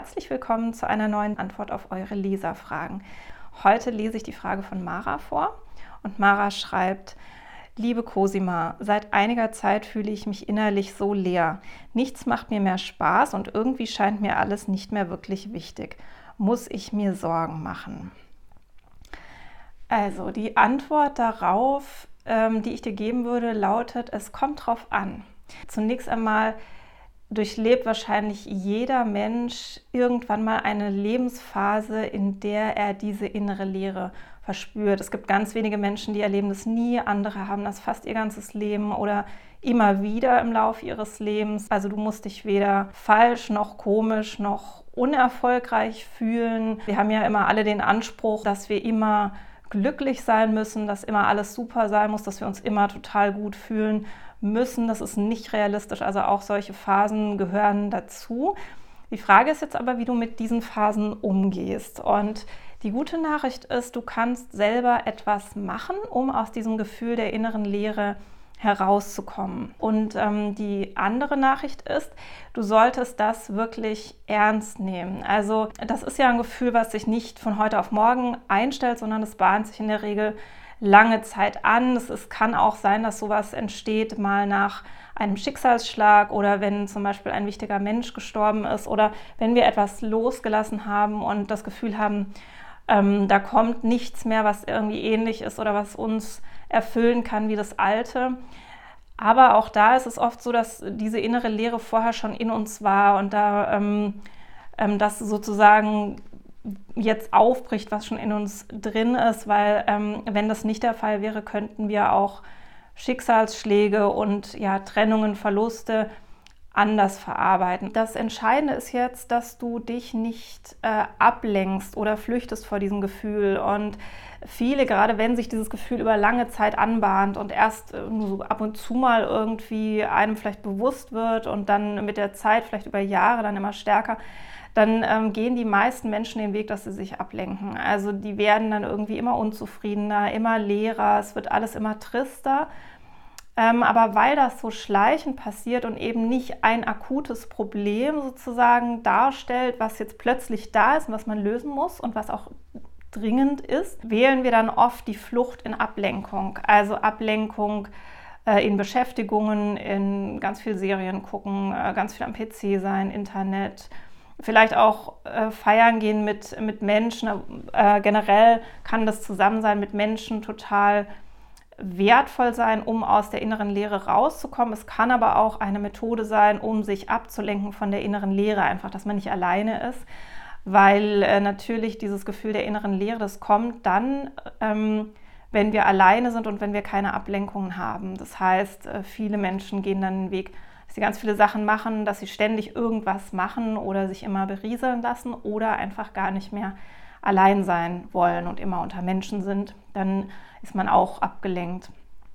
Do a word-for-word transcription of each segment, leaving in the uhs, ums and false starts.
herzlich willkommen zu einer neuen Antwort auf eure Leserfragen. Heute lese ich die Frage von Mara vor und Mara schreibt: Liebe Cosima, seit einiger Zeit fühle ich mich innerlich so leer. Nichts macht mir mehr Spaß und irgendwie scheint mir alles nicht mehr wirklich wichtig. Muss ich mir Sorgen machen? Also die Antwort darauf, ähm, die ich dir geben würde, lautet: Es kommt drauf an. Zunächst einmal durchlebt wahrscheinlich jeder Mensch irgendwann mal eine Lebensphase, in der er diese innere Leere verspürt. Es gibt ganz wenige Menschen, die erleben das nie, andere haben das fast ihr ganzes Leben oder immer wieder im Laufe ihres Lebens. Also du musst dich weder falsch noch komisch noch unerfolgreich fühlen. Wir haben ja immer alle den Anspruch, dass wir immer glücklich sein müssen, dass immer alles super sein muss, dass wir uns immer total gut fühlen müssen. Das ist nicht realistisch, also auch solche Phasen gehören dazu. Die Frage ist jetzt aber, wie du mit diesen Phasen umgehst. Und die gute Nachricht ist, du kannst selber etwas machen, um aus diesem Gefühl der inneren Leere herauszukommen. Und ähm, die andere Nachricht ist, du solltest das wirklich ernst nehmen. Also das ist ja ein Gefühl, was sich nicht von heute auf morgen einstellt, sondern es bahnt sich in der Regel lange Zeit an. Es, es kann auch sein, dass sowas entsteht mal nach einem Schicksalsschlag oder wenn zum Beispiel ein wichtiger Mensch gestorben ist oder wenn wir etwas losgelassen haben und das Gefühl haben, ähm, da kommt nichts mehr, was irgendwie ähnlich ist oder was uns erfüllen kann wie das Alte. Aber auch da ist es oft so, dass diese innere Leere vorher schon in uns war und da ähm, ähm, das sozusagen jetzt aufbricht, was schon in uns drin ist, weil ähm, wenn das nicht der Fall wäre, könnten wir auch Schicksalsschläge und ja, Trennungen, Verluste anders verarbeiten. Das Entscheidende ist jetzt, dass du dich nicht äh, ablenkst oder flüchtest vor diesem Gefühl. Und viele, gerade wenn sich dieses Gefühl über lange Zeit anbahnt und erst äh, nur so ab und zu mal irgendwie einem vielleicht bewusst wird und dann mit der Zeit, vielleicht über Jahre, dann immer stärker, dann ähm, gehen die meisten Menschen den Weg, dass sie sich ablenken. Also die werden dann irgendwie immer unzufriedener, immer leerer, es wird alles immer trister. Ähm, aber weil das so schleichend passiert und eben nicht ein akutes Problem sozusagen darstellt, was jetzt plötzlich da ist und was man lösen muss und was auch dringend ist, wählen wir dann oft die Flucht in Ablenkung. Also Ablenkung äh, in Beschäftigungen, in ganz viel Serien gucken, äh, ganz viel am P C sein, Internet, vielleicht auch äh, feiern gehen mit, mit Menschen. Äh, generell kann das Zusammensein mit Menschen total wertvoll sein, um aus der inneren Leere rauszukommen. Es kann aber auch eine Methode sein, um sich abzulenken von der inneren Leere, einfach, dass man nicht alleine ist, weil äh, natürlich dieses Gefühl der inneren Leere, das kommt dann, ähm, wenn wir alleine sind und wenn wir keine Ablenkungen haben. Das heißt, äh, viele Menschen gehen dann den Weg, dass sie ganz viele Sachen machen, dass sie ständig irgendwas machen oder sich immer berieseln lassen oder einfach gar nicht mehr allein sein wollen und immer unter Menschen sind, dann ist man auch abgelenkt.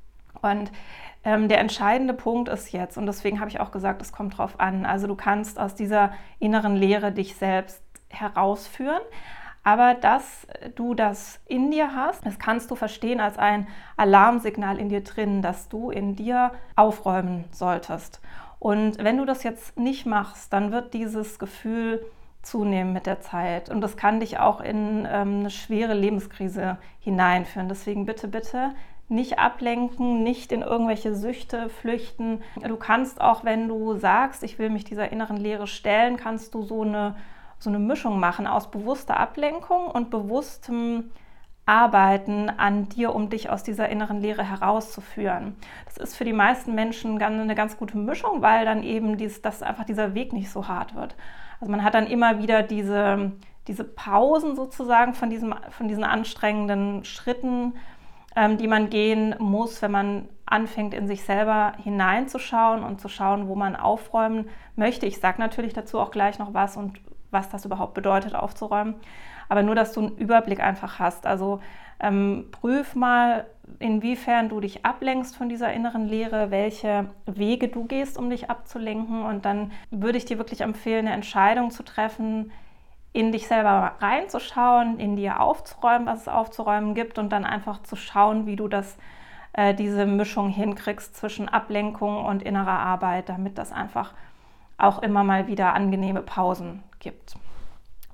Und ähm, der entscheidende Punkt ist jetzt, und deswegen habe ich auch gesagt, es kommt drauf an, also du kannst aus dieser inneren Leere dich selbst herausführen, aber dass du das in dir hast, das kannst du verstehen als ein Alarmsignal in dir drin, dass du in dir aufräumen solltest. Und wenn du das jetzt nicht machst, dann wird dieses Gefühl zunehmen mit der Zeit. Und das kann dich auch in ähm, eine schwere Lebenskrise hineinführen. Deswegen bitte, bitte nicht ablenken, nicht in irgendwelche Süchte flüchten. Du kannst auch, wenn du sagst, ich will mich dieser inneren Leere stellen, kannst du so eine, so eine Mischung machen aus bewusster Ablenkung und bewusstem Arbeiten an dir, um dich aus dieser inneren Leere herauszuführen. Das ist für die meisten Menschen eine ganz gute Mischung, weil dann eben dies, dass einfach dieser Weg nicht so hart wird. Also man hat dann immer wieder diese, diese Pausen sozusagen von, diesem, von diesen anstrengenden Schritten, ähm, die man gehen muss, wenn man anfängt, in sich selber hineinzuschauen und zu schauen, wo man aufräumen möchte. Ich sage natürlich dazu auch gleich noch was und was das überhaupt bedeutet, aufzuräumen. Aber nur, dass du einen Überblick einfach hast. Also ähm, prüf mal, inwiefern du dich ablenkst von dieser inneren Leere, welche Wege du gehst, um dich abzulenken. Und dann würde ich dir wirklich empfehlen, eine Entscheidung zu treffen, in dich selber reinzuschauen, in dir aufzuräumen, was es aufzuräumen gibt und dann einfach zu schauen, wie du das, äh, diese Mischung hinkriegst zwischen Ablenkung und innerer Arbeit, damit das einfach auch immer mal wieder angenehme Pausen gibt.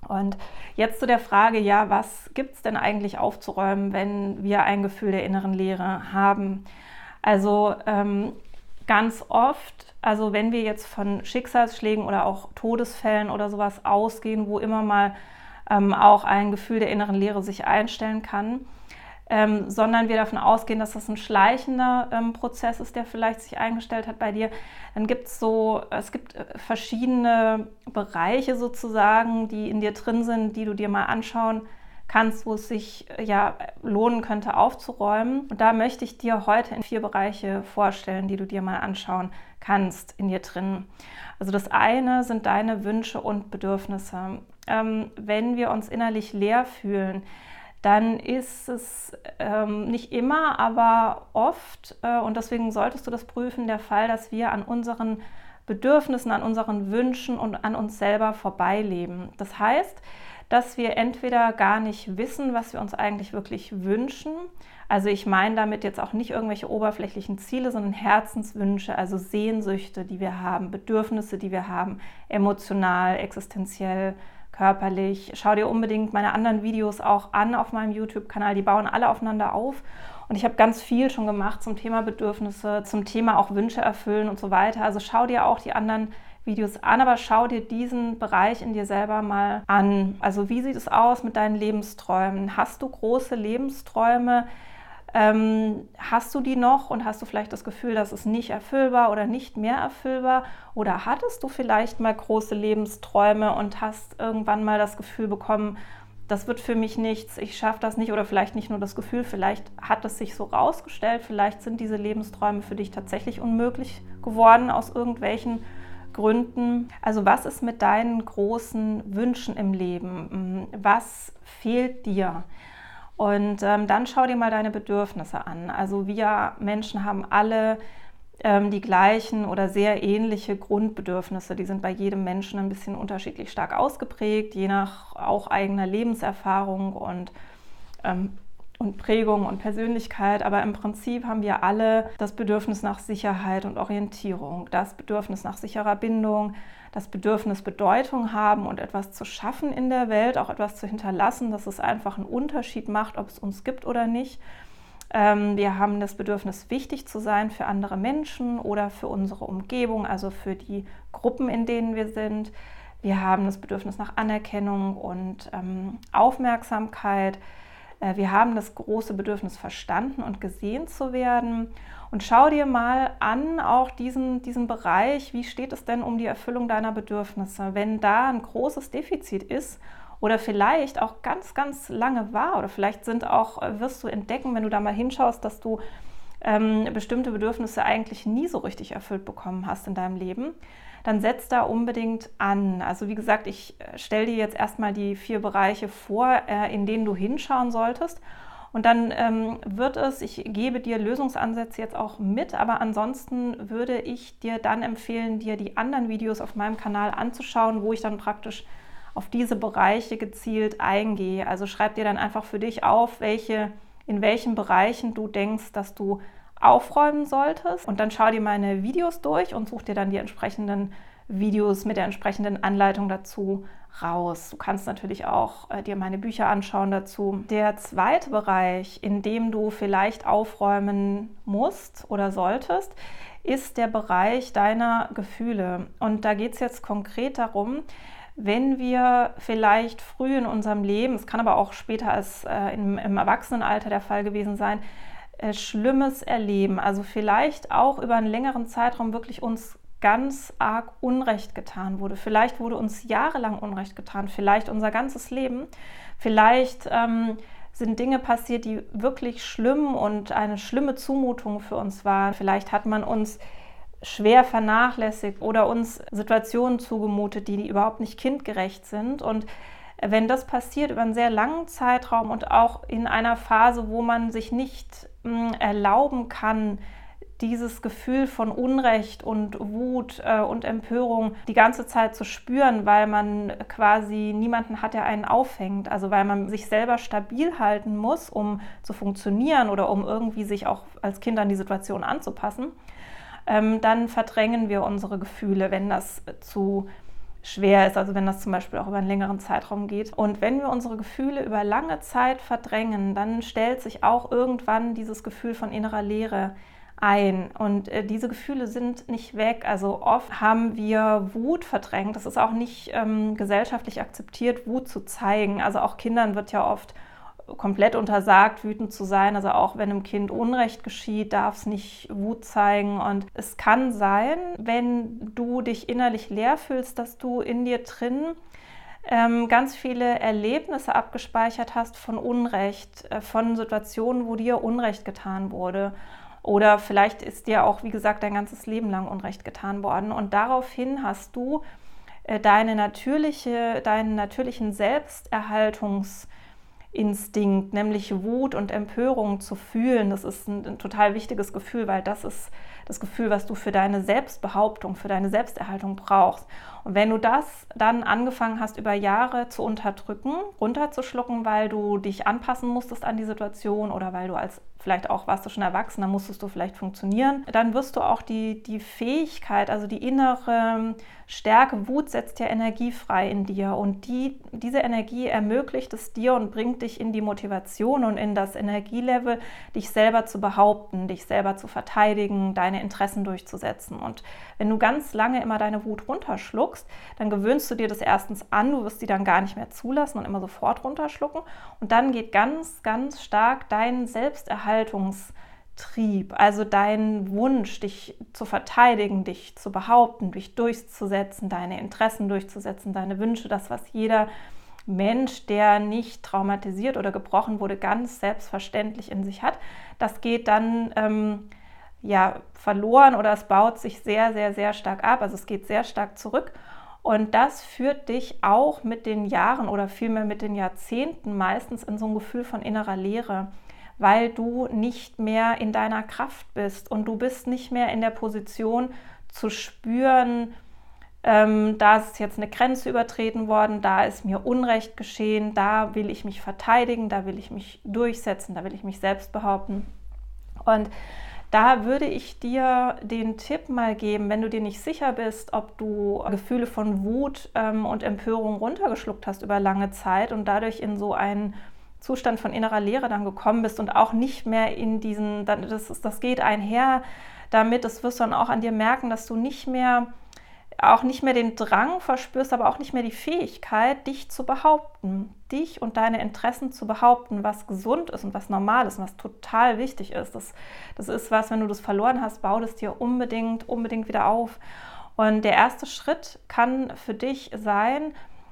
Und jetzt zu der Frage, ja, was gibt es denn eigentlich aufzuräumen, wenn wir ein Gefühl der inneren Leere haben? Also ähm, ganz oft, also wenn wir jetzt von Schicksalsschlägen oder auch Todesfällen oder sowas ausgehen, wo immer mal ähm, auch ein Gefühl der inneren Leere sich einstellen kann, Ähm, sondern wir davon ausgehen, dass das ein schleichender ähm, Prozess ist, der vielleicht sich eingestellt hat bei dir, dann gibt es so, es gibt verschiedene Bereiche sozusagen, die in dir drin sind, die du dir mal anschauen kannst, wo es sich ja lohnen könnte aufzuräumen. Und da möchte ich dir heute in vier Bereiche vorstellen, die du dir mal anschauen kannst in dir drin. Also das eine sind deine Wünsche und Bedürfnisse. Ähm, wenn wir uns innerlich leer fühlen, dann ist es ähm, nicht immer, aber oft, äh, und deswegen solltest du das prüfen, der Fall, dass wir an unseren Bedürfnissen, an unseren Wünschen und an uns selber vorbeileben. Das heißt, dass wir entweder gar nicht wissen, was wir uns eigentlich wirklich wünschen. Also ich meine damit jetzt auch nicht irgendwelche oberflächlichen Ziele, sondern Herzenswünsche, also Sehnsüchte, die wir haben, Bedürfnisse, die wir haben, emotional, existenziell, körperlich. Schau dir unbedingt meine anderen Videos auch an auf meinem YouTube-Kanal. Die bauen alle aufeinander auf. Und ich habe ganz viel schon gemacht zum Thema Bedürfnisse, zum Thema auch Wünsche erfüllen und so weiter. Also schau dir auch die anderen Videos an, aber schau dir diesen Bereich in dir selber mal an. Also wie sieht es aus mit deinen Lebensträumen? Hast du große Lebensträume? Ähm, hast du die noch und hast du vielleicht das Gefühl, dass es nicht erfüllbar oder nicht mehr erfüllbar? Oder hattest du vielleicht mal große Lebensträume und hast irgendwann mal das Gefühl bekommen, das wird für mich nichts, ich schaffe das nicht, oder vielleicht nicht nur das Gefühl, vielleicht hat es sich so rausgestellt, vielleicht sind diese Lebensträume für dich tatsächlich unmöglich geworden aus irgendwelchen Gründen. Also was ist mit deinen großen Wünschen im Leben? Was fehlt dir? Und ähm, dann schau dir mal deine Bedürfnisse an. Also wir Menschen haben alle ähm, die gleichen oder sehr ähnliche Grundbedürfnisse. Die sind bei jedem Menschen ein bisschen unterschiedlich stark ausgeprägt, je nach auch eigener Lebenserfahrung und, ähm, und Prägung und Persönlichkeit. Aber im Prinzip haben wir alle das Bedürfnis nach Sicherheit und Orientierung, das Bedürfnis nach sicherer Bindung, das Bedürfnis, Bedeutung haben und etwas zu schaffen in der Welt, auch etwas zu hinterlassen, dass es einfach einen Unterschied macht, ob es uns gibt oder nicht. Ähm, wir haben das Bedürfnis, wichtig zu sein für andere Menschen oder für unsere Umgebung, also für die Gruppen, in denen wir sind. Wir haben das Bedürfnis nach Anerkennung und ähm, Aufmerksamkeit. Äh, wir haben das große Bedürfnis, verstanden und gesehen zu werden. Und schau dir mal an, auch diesen, diesen Bereich, wie steht es denn um die Erfüllung deiner Bedürfnisse? Wenn da ein großes Defizit ist oder vielleicht auch ganz, ganz lange war, oder vielleicht sind auch, wirst du entdecken, wenn du da mal hinschaust, dass du ähm, bestimmte Bedürfnisse eigentlich nie so richtig erfüllt bekommen hast in deinem Leben, dann setz da unbedingt an. Also wie gesagt, ich stelle dir jetzt erstmal die vier Bereiche vor, äh, in denen du hinschauen solltest. Und dann ähm, wird es, ich gebe dir Lösungsansätze jetzt auch mit, aber ansonsten würde ich dir dann empfehlen, dir die anderen Videos auf meinem Kanal anzuschauen, wo ich dann praktisch auf diese Bereiche gezielt eingehe. Also schreib dir dann einfach für dich auf, welche, in welchen Bereichen du denkst, dass du aufräumen solltest. Und dann schau dir meine Videos durch und such dir dann die entsprechenden Videos mit der entsprechenden Anleitung dazu raus. Du kannst natürlich auch äh, dir meine Bücher anschauen dazu. Der zweite Bereich, in dem du vielleicht aufräumen musst oder solltest, ist der Bereich deiner Gefühle. Und da geht es jetzt konkret darum, wenn wir vielleicht früh in unserem Leben, es kann aber auch später als äh, im, im Erwachsenenalter der Fall gewesen sein, äh, Schlimmes erleben, also vielleicht auch über einen längeren Zeitraum wirklich uns ganz arg Unrecht getan wurde. Vielleicht wurde uns jahrelang Unrecht getan, vielleicht unser ganzes Leben. Vielleicht ähm, sind Dinge passiert, die wirklich schlimm und eine schlimme Zumutung für uns waren. Vielleicht hat man uns schwer vernachlässigt oder uns Situationen zugemutet, die, die überhaupt nicht kindgerecht sind. Und wenn das passiert über einen sehr langen Zeitraum und auch in einer Phase, wo man sich nicht mh, erlauben kann, dieses Gefühl von Unrecht und Wut äh, und Empörung die ganze Zeit zu spüren, weil man quasi niemanden hat, der einen auffängt, also weil man sich selber stabil halten muss, um zu funktionieren oder um irgendwie sich auch als Kind an die Situation anzupassen, ähm, dann verdrängen wir unsere Gefühle, wenn das zu schwer ist, also wenn das zum Beispiel auch über einen längeren Zeitraum geht. Und wenn wir unsere Gefühle über lange Zeit verdrängen, dann stellt sich auch irgendwann dieses Gefühl von innerer Leere ein. Und äh, diese Gefühle sind nicht weg. Also oft haben wir Wut verdrängt. Das ist auch nicht ähm, gesellschaftlich akzeptiert, Wut zu zeigen. Also auch Kindern wird ja oft komplett untersagt, wütend zu sein. Also auch wenn einem Kind Unrecht geschieht, darf es nicht Wut zeigen. Und es kann sein, wenn du dich innerlich leer fühlst, dass du in dir drin ähm, ganz viele Erlebnisse abgespeichert hast von Unrecht, äh, von Situationen, wo dir Unrecht getan wurde. Oder vielleicht ist dir auch, wie gesagt, dein ganzes Leben lang Unrecht getan worden. Und daraufhin hast du äh, deine natürliche, deinen natürlichen Selbsterhaltungs- Instinkt, nämlich Wut und Empörung zu fühlen. Das ist ein, ein total wichtiges Gefühl, weil das ist das Gefühl, was du für deine Selbstbehauptung, für deine Selbsterhaltung brauchst. Und wenn du das dann angefangen hast, über Jahre zu unterdrücken, runterzuschlucken, weil du dich anpassen musstest an die Situation oder weil du als, vielleicht auch warst du schon erwachsen, dann musstest du vielleicht funktionieren, dann wirst du auch die, die Fähigkeit, also die innere Stärke, Wut setzt ja Energie frei in dir und die, diese Energie ermöglicht es dir und bringt dich in die Motivation und in das Energielevel, dich selber zu behaupten, dich selber zu verteidigen, deine Interessen durchzusetzen. Und wenn du ganz lange immer deine Wut runterschluckst, dann gewöhnst du dir das erstens an, du wirst die dann gar nicht mehr zulassen und immer sofort runterschlucken und dann geht ganz, ganz stark dein Selbsterhaltungstrieb, also dein Wunsch, dich zu verteidigen, dich zu behaupten, dich durchzusetzen, deine Interessen durchzusetzen, deine Wünsche, das, was jeder Mensch, der nicht traumatisiert oder gebrochen wurde, ganz selbstverständlich in sich hat, das geht dann ähm, ja, verloren oder es baut sich sehr, sehr, sehr stark ab. Also es geht sehr stark zurück. Und das führt dich auch mit den Jahren oder vielmehr mit den Jahrzehnten meistens in so ein Gefühl von innerer Leere, weil du nicht mehr in deiner Kraft bist und du bist nicht mehr in der Position zu spüren, ähm, da ist jetzt eine Grenze übertreten worden, da ist mir Unrecht geschehen, da will ich mich verteidigen, da will ich mich durchsetzen, da will ich mich selbst behaupten. Und da würde ich dir den Tipp mal geben, wenn du dir nicht sicher bist, ob du Gefühle von Wut ähm, und Empörung runtergeschluckt hast über lange Zeit und dadurch in so einen Zustand von innerer Leere dann gekommen bist und auch nicht mehr in diesen, das, ist, das geht einher damit, das wirst du dann auch an dir merken, dass du nicht mehr auch nicht mehr den Drang verspürst, aber auch nicht mehr die Fähigkeit, dich zu behaupten, dich und deine Interessen zu behaupten, was gesund ist und was normal ist und was total wichtig ist. Das, das ist was, wenn du das verloren hast, bau das dir unbedingt, unbedingt wieder auf. Und der erste Schritt kann für dich sein,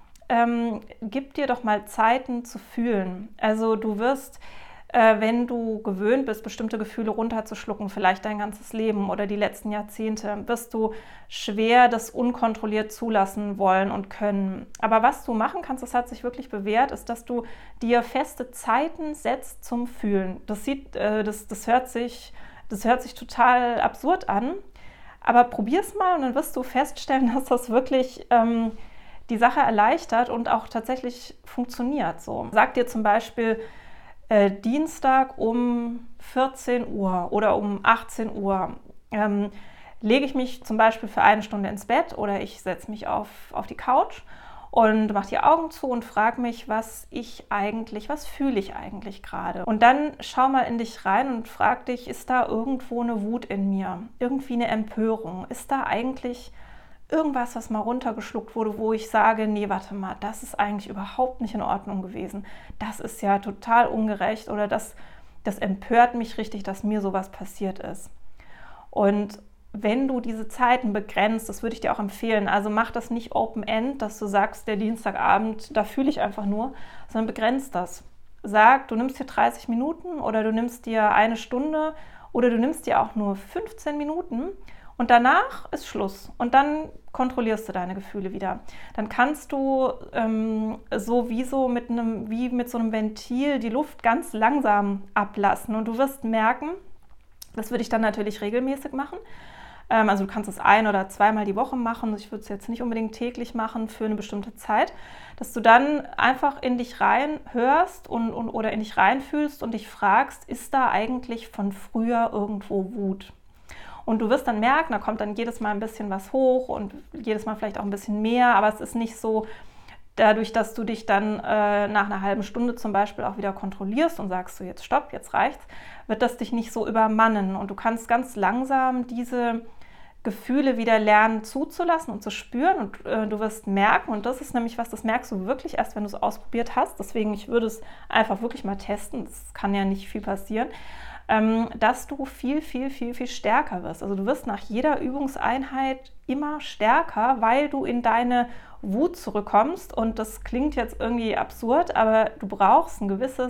ähm, gib dir doch mal Zeiten zu fühlen. Also du wirst, äh, wenn du gewöhnt bist, bestimmte Gefühle runterzuschlucken, vielleicht dein ganzes Leben oder die letzten Jahrzehnte, wirst du schwer das unkontrolliert zulassen wollen und können. Aber was du machen kannst, das hat sich wirklich bewährt, ist, dass du dir feste Zeiten setzt zum Fühlen. Das sieht, äh, das, das hört sich, das hört sich total absurd an, aber probier's mal und dann wirst du feststellen, dass das wirklich ähm, die Sache erleichtert und auch tatsächlich funktioniert. So. Sag dir zum Beispiel, Äh, Dienstag um vierzehn Uhr oder um achtzehn Uhr ähm, lege ich mich zum Beispiel für eine Stunde ins Bett oder ich setze mich auf, auf die Couch und mache die Augen zu und frage mich, was ich eigentlich, was fühle ich eigentlich gerade? Und dann schau mal in dich rein und frag dich, ist da irgendwo eine Wut in mir? Irgendwie eine Empörung? Ist da eigentlich irgendwas, was mal runtergeschluckt wurde, wo ich sage, nee, warte mal, das ist eigentlich überhaupt nicht in Ordnung gewesen. Das ist ja total ungerecht oder das, das empört mich richtig, dass mir sowas passiert ist. Und wenn du diese Zeiten begrenzt, das würde ich dir auch empfehlen, also mach das nicht Open-End, dass du sagst, der Dienstagabend, da fühle ich einfach nur, sondern begrenzt das. Sag, du nimmst dir dreißig Minuten oder du nimmst dir eine Stunde oder du nimmst dir auch nur fünfzehn Minuten und danach ist Schluss und dann kontrollierst du deine Gefühle wieder. Dann kannst du ähm, so wie so mit einem, wie mit so einem Ventil die Luft ganz langsam ablassen und du wirst merken, das würde ich dann natürlich regelmäßig machen. Ähm, also du kannst es ein- oder zweimal die Woche machen. Ich würde es jetzt nicht unbedingt täglich machen für eine bestimmte Zeit, dass du dann einfach in dich rein hörst und, und, oder in dich reinfühlst und dich fragst, ist da eigentlich von früher irgendwo Wut? Und du wirst dann merken, da kommt dann jedes Mal ein bisschen was hoch und jedes Mal vielleicht auch ein bisschen mehr, aber es ist nicht so, dadurch, dass du dich dann äh, nach einer halben Stunde zum Beispiel auch wieder kontrollierst und sagst so, jetzt stopp, jetzt reicht's, wird das dich nicht so übermannen. Und du kannst ganz langsam diese Gefühle wieder lernen zuzulassen und zu spüren und äh, du wirst merken, und das ist nämlich was, das merkst du wirklich erst, wenn du es ausprobiert hast, deswegen ich würde es einfach wirklich mal testen, das kann ja nicht viel passieren, ähm, dass du viel, viel, viel, viel stärker wirst. Also du wirst nach jeder Übungseinheit immer stärker, weil du in deine Wut zurückkommst, und das klingt jetzt irgendwie absurd, aber du brauchst ein gewisses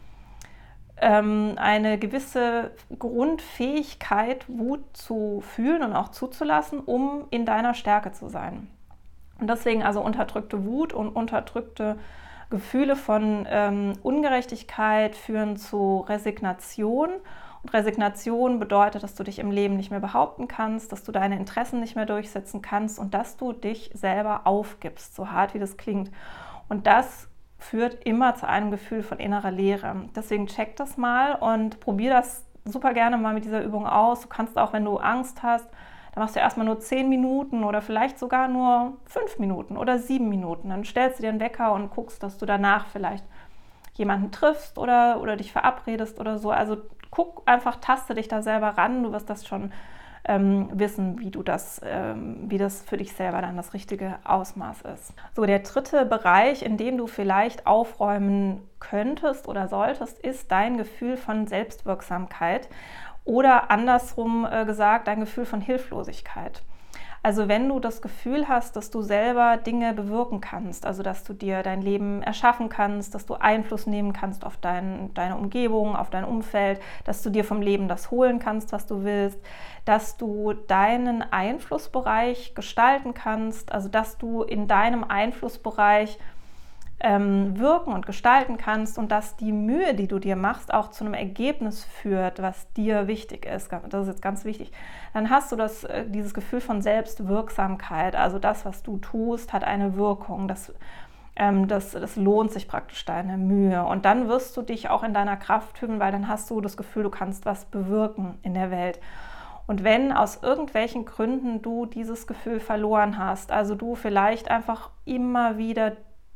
eine gewisse Grundfähigkeit, Wut zu fühlen und auch zuzulassen, um in deiner Stärke zu sein. Und deswegen also unterdrückte Wut und unterdrückte Gefühle von ähm, Ungerechtigkeit führen zu Resignation. Und Resignation bedeutet, dass du dich im Leben nicht mehr behaupten kannst, dass du deine Interessen nicht mehr durchsetzen kannst und dass du dich selber aufgibst, so hart wie das klingt. Und das führt immer zu einem Gefühl von innerer Leere. Deswegen check das mal und probier das super gerne mal mit dieser Übung aus. Du kannst auch, wenn du Angst hast, dann machst du erstmal nur zehn Minuten oder vielleicht sogar nur fünf Minuten oder sieben Minuten. Dann stellst du dir einen Wecker und guckst, dass du danach vielleicht jemanden triffst oder, oder dich verabredest oder so. Also guck einfach, taste dich da selber ran. Du wirst das schon Ähm, wissen, wie du das, ähm, wie das für dich selber dann das richtige Ausmaß ist. So, der dritte Bereich, in dem du vielleicht aufräumen könntest oder solltest, ist dein Gefühl von Selbstwirksamkeit oder andersrum äh, gesagt, dein Gefühl von Hilflosigkeit. Also wenn du das Gefühl hast, dass du selber Dinge bewirken kannst, also dass du dir dein Leben erschaffen kannst, dass du Einfluss nehmen kannst auf dein, deine Umgebung, auf dein Umfeld, dass du dir vom Leben das holen kannst, was du willst, dass du deinen Einflussbereich gestalten kannst, also dass du in deinem Einflussbereich ähm, wirken und gestalten kannst und dass die Mühe, die du dir machst, auch zu einem Ergebnis führt, was dir wichtig ist. Das ist jetzt ganz wichtig. Dann hast du das, dieses Gefühl von Selbstwirksamkeit, also das, was du tust, hat eine Wirkung, das, ähm, das, das lohnt sich praktisch deine Mühe. Und dann wirst du dich auch in deiner Kraft fühlen, weil dann hast du das Gefühl, du kannst was bewirken in der Welt. Und wenn aus irgendwelchen Gründen du dieses Gefühl verloren hast, also du vielleicht einfach immer wieder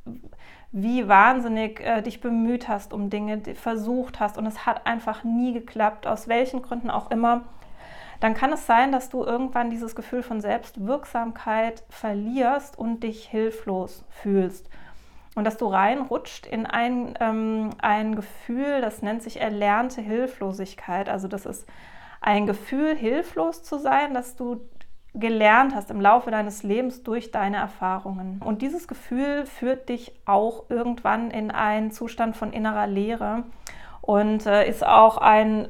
wie wahnsinnig äh, dich bemüht hast um Dinge, versucht hast und es hat einfach nie geklappt, aus welchen Gründen auch immer, dann kann es sein, dass du irgendwann dieses Gefühl von Selbstwirksamkeit verlierst und dich hilflos fühlst. Und dass du reinrutscht in ein, ähm, ein Gefühl, das nennt sich erlernte Hilflosigkeit. Also das ist ein Gefühl, hilflos zu sein, dass du gelernt hast im Laufe deines Lebens durch deine Erfahrungen. Und dieses Gefühl führt dich auch irgendwann in einen Zustand von innerer Leere und äh, ist auch ein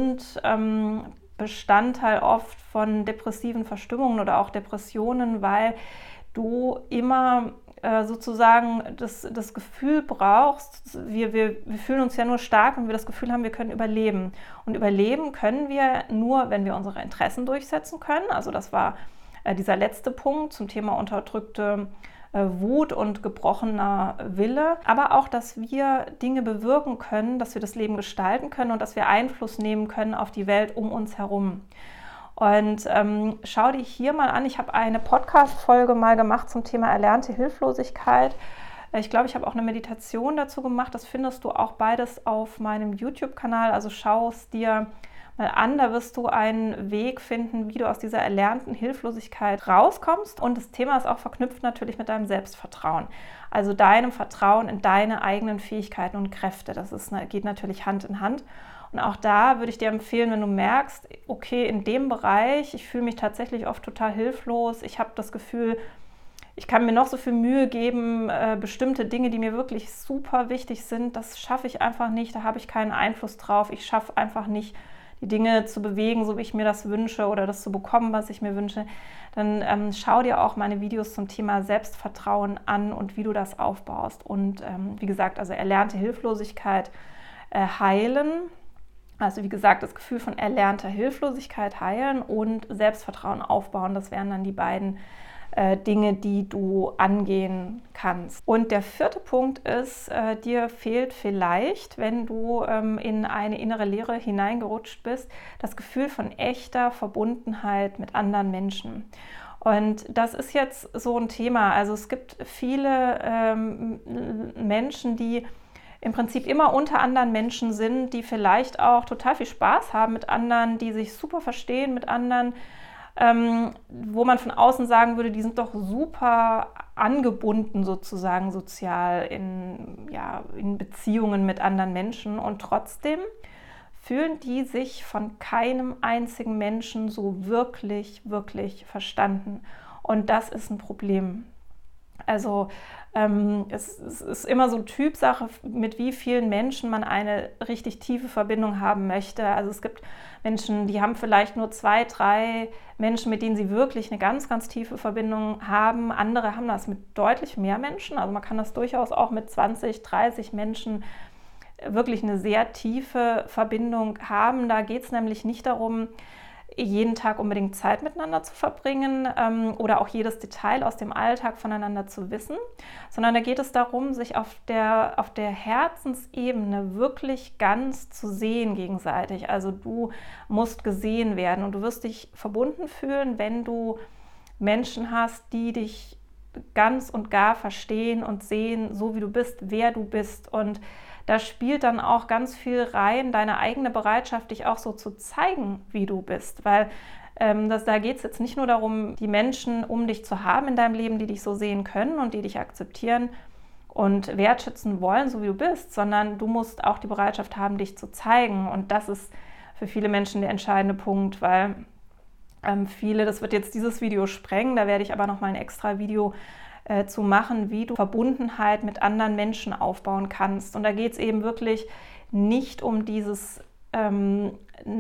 Grundbestandteil ähm, oft von depressiven Verstimmungen oder auch Depressionen, weil du immer äh, sozusagen das, das Gefühl brauchst, wir, wir, wir fühlen uns ja nur stark, wenn wir das Gefühl haben, wir können überleben. Und überleben können wir nur, wenn wir unsere Interessen durchsetzen können. Also das war äh, dieser letzte Punkt zum Thema unterdrückte äh, Wut und gebrochener Wille. Aber auch, dass wir Dinge bewirken können, dass wir das Leben gestalten können und dass wir Einfluss nehmen können auf die Welt um uns herum. Und ähm, schau dir hier mal an, ich habe eine Podcast-Folge mal gemacht zum Thema erlernte Hilflosigkeit. Ich glaube, ich habe auch eine Meditation dazu gemacht. Das findest du auch beides auf meinem YouTube-Kanal. Also schau es dir mal an, da wirst du einen Weg finden, wie du aus dieser erlernten Hilflosigkeit rauskommst. Und das Thema ist auch verknüpft natürlich mit deinem Selbstvertrauen. Also deinem Vertrauen in deine eigenen Fähigkeiten und Kräfte. Das ist, geht natürlich Hand in Hand. Und auch da würde ich dir empfehlen, wenn du merkst, okay, in dem Bereich, ich fühle mich tatsächlich oft total hilflos, ich habe das Gefühl, ich kann mir noch so viel Mühe geben, äh, bestimmte Dinge, die mir wirklich super wichtig sind, das schaffe ich einfach nicht, da habe ich keinen Einfluss drauf, ich schaffe einfach nicht, die Dinge zu bewegen, so wie ich mir das wünsche oder das zu bekommen, was ich mir wünsche, dann ähm, schau dir auch meine Videos zum Thema Selbstvertrauen an und wie du das aufbaust. Und ähm, wie gesagt, also erlernte Hilflosigkeit äh, heilen. Also wie gesagt, das Gefühl von erlernter Hilflosigkeit heilen und Selbstvertrauen aufbauen. Das wären dann die beiden äh, Dinge, die du angehen kannst. Und der vierte Punkt ist, äh, dir fehlt vielleicht, wenn du ähm, in eine innere Leere hineingerutscht bist, das Gefühl von echter Verbundenheit mit anderen Menschen. Und das ist jetzt so ein Thema. Also es gibt viele ähm, Menschen, die im Prinzip immer unter anderen Menschen sind, die vielleicht auch total viel Spaß haben mit anderen, die sich super verstehen mit anderen, ähm, wo man von außen sagen würde, die sind doch super angebunden sozusagen sozial in, ja, in Beziehungen mit anderen Menschen, und trotzdem fühlen die sich von keinem einzigen Menschen so wirklich, wirklich verstanden. Und das ist ein Problem. Also ähm, es, es ist immer so Typsache, mit wie vielen Menschen man eine richtig tiefe Verbindung haben möchte. Also es gibt Menschen, die haben vielleicht nur zwei, drei Menschen, mit denen sie wirklich eine ganz, ganz tiefe Verbindung haben. Andere haben das mit deutlich mehr Menschen. Also man kann das durchaus auch mit zwanzig, dreißig Menschen wirklich eine sehr tiefe Verbindung haben. Da geht es nämlich nicht darum, jeden Tag unbedingt Zeit miteinander zu verbringen ähm, oder auch jedes Detail aus dem Alltag voneinander zu wissen, sondern da geht es darum, sich auf der, auf der Herzensebene wirklich ganz zu sehen gegenseitig. Also du musst gesehen werden und du wirst dich verbunden fühlen, wenn du Menschen hast, die dich ganz und gar verstehen und sehen, so wie du bist, wer du bist. Und da spielt dann auch ganz viel rein, deine eigene Bereitschaft, dich auch so zu zeigen, wie du bist. Weil ähm, das, da geht es jetzt nicht nur darum, die Menschen um dich zu haben in deinem Leben, die dich so sehen können und die dich akzeptieren und wertschätzen wollen, so wie du bist, sondern du musst auch die Bereitschaft haben, dich zu zeigen. Und das ist für viele Menschen der entscheidende Punkt, weil ähm, viele, das wird jetzt dieses Video sprengen, da werde ich aber nochmal ein extra Video Äh, zu machen, wie du Verbundenheit mit anderen Menschen aufbauen kannst. Und da geht es eben wirklich nicht um dieses ähm,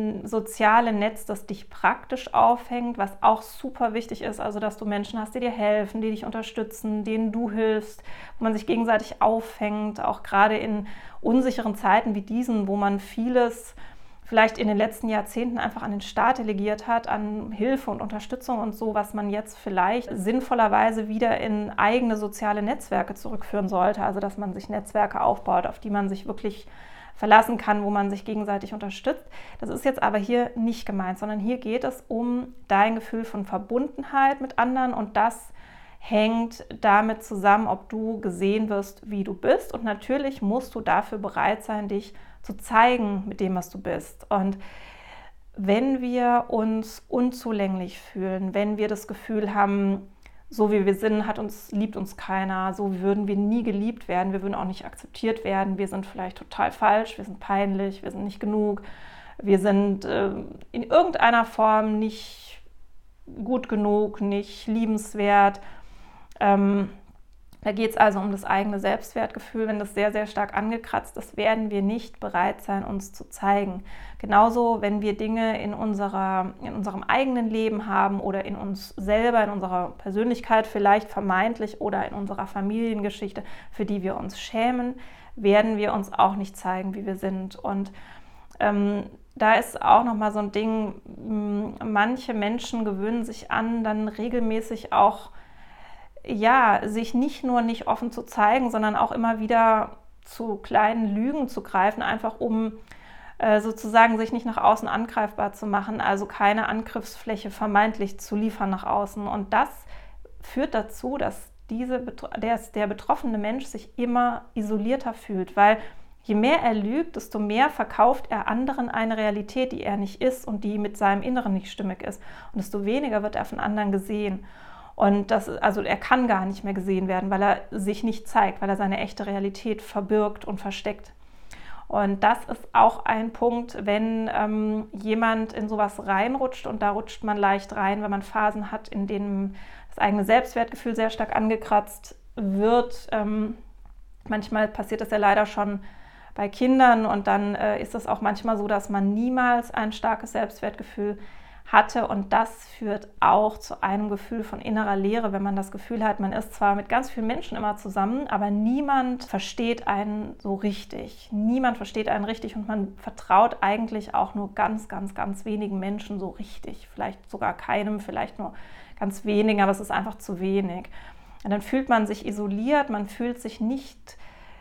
soziale Netz, das dich praktisch aufhängt, was auch super wichtig ist, also dass du Menschen hast, die dir helfen, die dich unterstützen, denen du hilfst, wo man sich gegenseitig auffängt, auch gerade in unsicheren Zeiten wie diesen, wo man vieles vielleicht in den letzten Jahrzehnten einfach an den Staat delegiert hat, an Hilfe und Unterstützung und so, was man jetzt vielleicht sinnvollerweise wieder in eigene soziale Netzwerke zurückführen sollte. Also dass man sich Netzwerke aufbaut, auf die man sich wirklich verlassen kann, wo man sich gegenseitig unterstützt. Das ist jetzt aber hier nicht gemeint, sondern hier geht es um dein Gefühl von Verbundenheit mit anderen, und das hängt damit zusammen, ob du gesehen wirst, wie du bist. Und natürlich musst du dafür bereit sein, dich zu zeigen mit dem, was du bist. Und wenn wir uns unzulänglich fühlen, wenn wir das Gefühl haben, so wie wir sind, hat uns, liebt uns keiner, so würden wir nie geliebt werden, wir würden auch nicht akzeptiert werden, wir sind vielleicht total falsch, wir sind peinlich, wir sind nicht genug, wir sind äh, in irgendeiner Form nicht gut genug, nicht liebenswert. Ähm, Da geht es also um das eigene Selbstwertgefühl. Wenn das sehr, sehr stark angekratzt ist, werden wir nicht bereit sein, uns zu zeigen. Genauso, wenn wir Dinge in, unserer, in unserem eigenen Leben haben oder in uns selber, in unserer Persönlichkeit vielleicht vermeintlich oder in unserer Familiengeschichte, für die wir uns schämen, werden wir uns auch nicht zeigen, wie wir sind. Und ähm, da ist auch nochmal so ein Ding, manche Menschen gewöhnen sich an, dann regelmäßig auch ja, sich nicht nur nicht offen zu zeigen, sondern auch immer wieder zu kleinen Lügen zu greifen, einfach um äh, sozusagen sich nicht nach außen angreifbar zu machen, also keine Angriffsfläche vermeintlich zu liefern nach außen. Und das führt dazu, dass diese, der, der betroffene Mensch sich immer isolierter fühlt, weil je mehr er lügt, desto mehr verkauft er anderen eine Realität, die er nicht ist und die mit seinem Inneren nicht stimmig ist. Und desto weniger wird er von anderen gesehen. Und das, also er kann gar nicht mehr gesehen werden, weil er sich nicht zeigt, weil er seine echte Realität verbirgt und versteckt. Und das ist auch ein Punkt, wenn ähm, jemand in sowas reinrutscht, und da rutscht man leicht rein, wenn man Phasen hat, in denen das eigene Selbstwertgefühl sehr stark angekratzt wird. Ähm, manchmal passiert das ja leider schon bei Kindern, und dann äh, ist es auch manchmal so, dass man niemals ein starkes Selbstwertgefühl hatte, und das führt auch zu einem Gefühl von innerer Leere, wenn man das Gefühl hat, man ist zwar mit ganz vielen Menschen immer zusammen, aber niemand versteht einen so richtig. Niemand versteht einen richtig, und man vertraut eigentlich auch nur ganz, ganz, ganz wenigen Menschen so richtig. Vielleicht sogar keinem, vielleicht nur ganz wenige, aber es ist einfach zu wenig. Und dann fühlt man sich isoliert, man fühlt sich nicht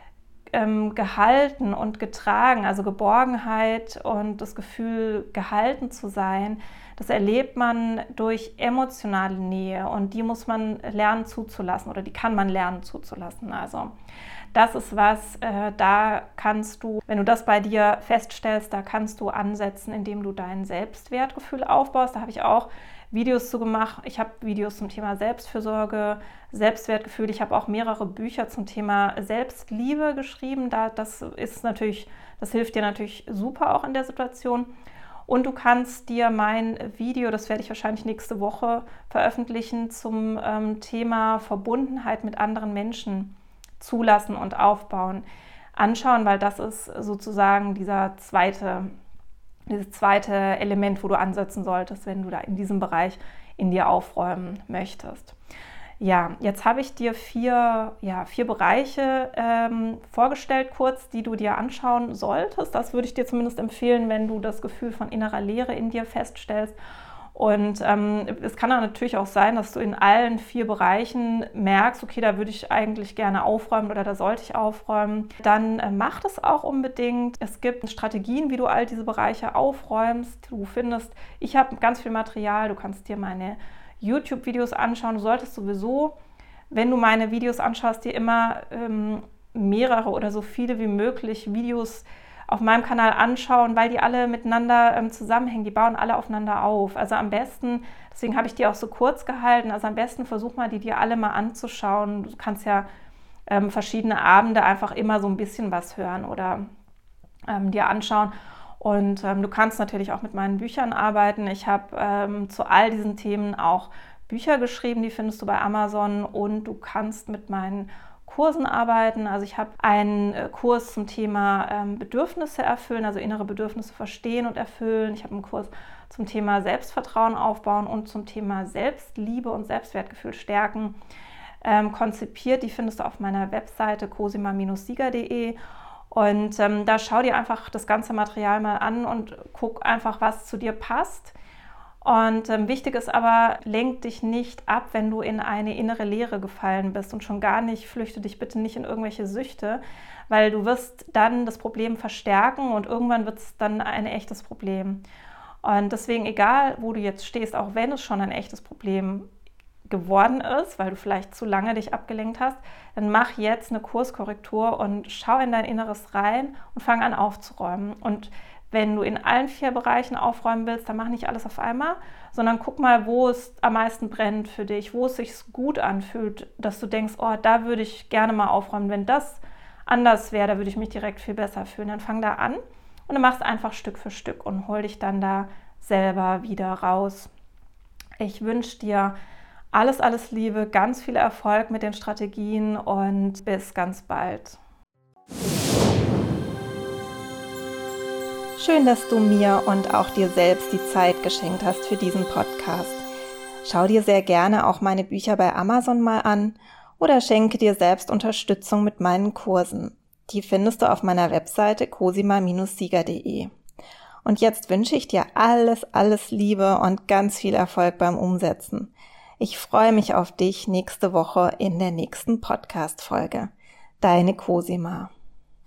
ähm, gehalten und getragen, also Geborgenheit und das Gefühl, gehalten zu sein, das erlebt man durch emotionale Nähe und die muss man lernen zuzulassen oder die kann man lernen zuzulassen. Also das ist was, äh, da kannst du, wenn du das bei dir feststellst, da kannst du ansetzen, indem du dein Selbstwertgefühl aufbaust. Da habe ich auch Videos zu gemacht. Ich habe Videos zum Thema Selbstfürsorge, Selbstwertgefühl. Ich habe auch mehrere Bücher zum Thema Selbstliebe geschrieben. Da, das ist natürlich, das hilft dir natürlich super auch in der Situation. Und du kannst dir mein Video, das werde ich wahrscheinlich nächste Woche veröffentlichen, zum ähm, Thema Verbundenheit mit anderen Menschen zulassen und aufbauen, anschauen, weil das ist sozusagen dieser zweite, dieses zweite Element, wo du ansetzen solltest, wenn du da in diesem Bereich in dir aufräumen möchtest. Ja, jetzt habe ich dir vier, ja, vier Bereiche ähm, vorgestellt, kurz, die du dir anschauen solltest. Das würde ich dir zumindest empfehlen, wenn du das Gefühl von innerer Leere in dir feststellst. Und ähm, es kann dann natürlich auch sein, dass du in allen vier Bereichen merkst, okay, da würde ich eigentlich gerne aufräumen oder da sollte ich aufräumen. Dann äh, mach das auch unbedingt. Es gibt Strategien, wie du all diese Bereiche aufräumst. Du findest, ich habe ganz viel Material, du kannst dir meine YouTube-Videos anschauen. Du solltest sowieso, wenn du meine Videos anschaust, dir immer ähm, mehrere oder so viele wie möglich Videos auf meinem Kanal anschauen, weil die alle miteinander ähm, zusammenhängen. Die bauen alle aufeinander auf. Also am besten, deswegen habe ich die auch so kurz gehalten, also am besten versuch mal, die dir alle mal anzuschauen. Du kannst ja ähm, verschiedene Abende einfach immer so ein bisschen was hören oder ähm, dir anschauen. Und ähm, du kannst natürlich auch mit meinen Büchern arbeiten. Ich habe ähm, zu all diesen Themen auch Bücher geschrieben, die findest du bei Amazon. Und du kannst mit meinen Kursen arbeiten. Also ich habe einen äh, Kurs zum Thema ähm, Bedürfnisse erfüllen, also innere Bedürfnisse verstehen und erfüllen. Ich habe einen Kurs zum Thema Selbstvertrauen aufbauen und zum Thema Selbstliebe und Selbstwertgefühl stärken ähm, konzipiert. Die findest du auf meiner Webseite cosima Bindestrich sieger Punkt de. Und ähm, da schau dir einfach das ganze Material mal an und guck einfach, was zu dir passt. Und ähm, wichtig ist aber, lenk dich nicht ab, wenn du in eine innere Leere gefallen bist und schon gar nicht, flüchte dich bitte nicht in irgendwelche Süchte, weil du wirst dann das Problem verstärken und irgendwann wird es dann ein echtes Problem. Und deswegen, egal wo du jetzt stehst, auch wenn es schon ein echtes Problem geworden ist, weil du vielleicht zu lange dich abgelenkt hast, dann mach jetzt eine Kurskorrektur und schau in dein Inneres rein und fang an aufzuräumen. Und wenn du in allen vier Bereichen aufräumen willst, dann mach nicht alles auf einmal, sondern guck mal, wo es am meisten brennt für dich, wo es sich gut anfühlt, dass du denkst, oh, da würde ich gerne mal aufräumen. Wenn das anders wäre, da würde ich mich direkt viel besser fühlen. Dann fang da an und dann machst einfach Stück für Stück und hol dich dann da selber wieder raus. Ich wünsche dir alles, alles Liebe, ganz viel Erfolg mit den Strategien und bis ganz bald. Schön, dass du mir und auch dir selbst die Zeit geschenkt hast für diesen Podcast. Schau dir sehr gerne auch meine Bücher bei Amazon mal an oder schenke dir selbst Unterstützung mit meinen Kursen. Die findest du auf meiner Webseite cosima Bindestrich sieger Punkt de. Und jetzt wünsche ich dir alles, alles Liebe und ganz viel Erfolg beim Umsetzen. Ich freue mich auf dich nächste Woche in der nächsten Podcast-Folge. Deine Cosima.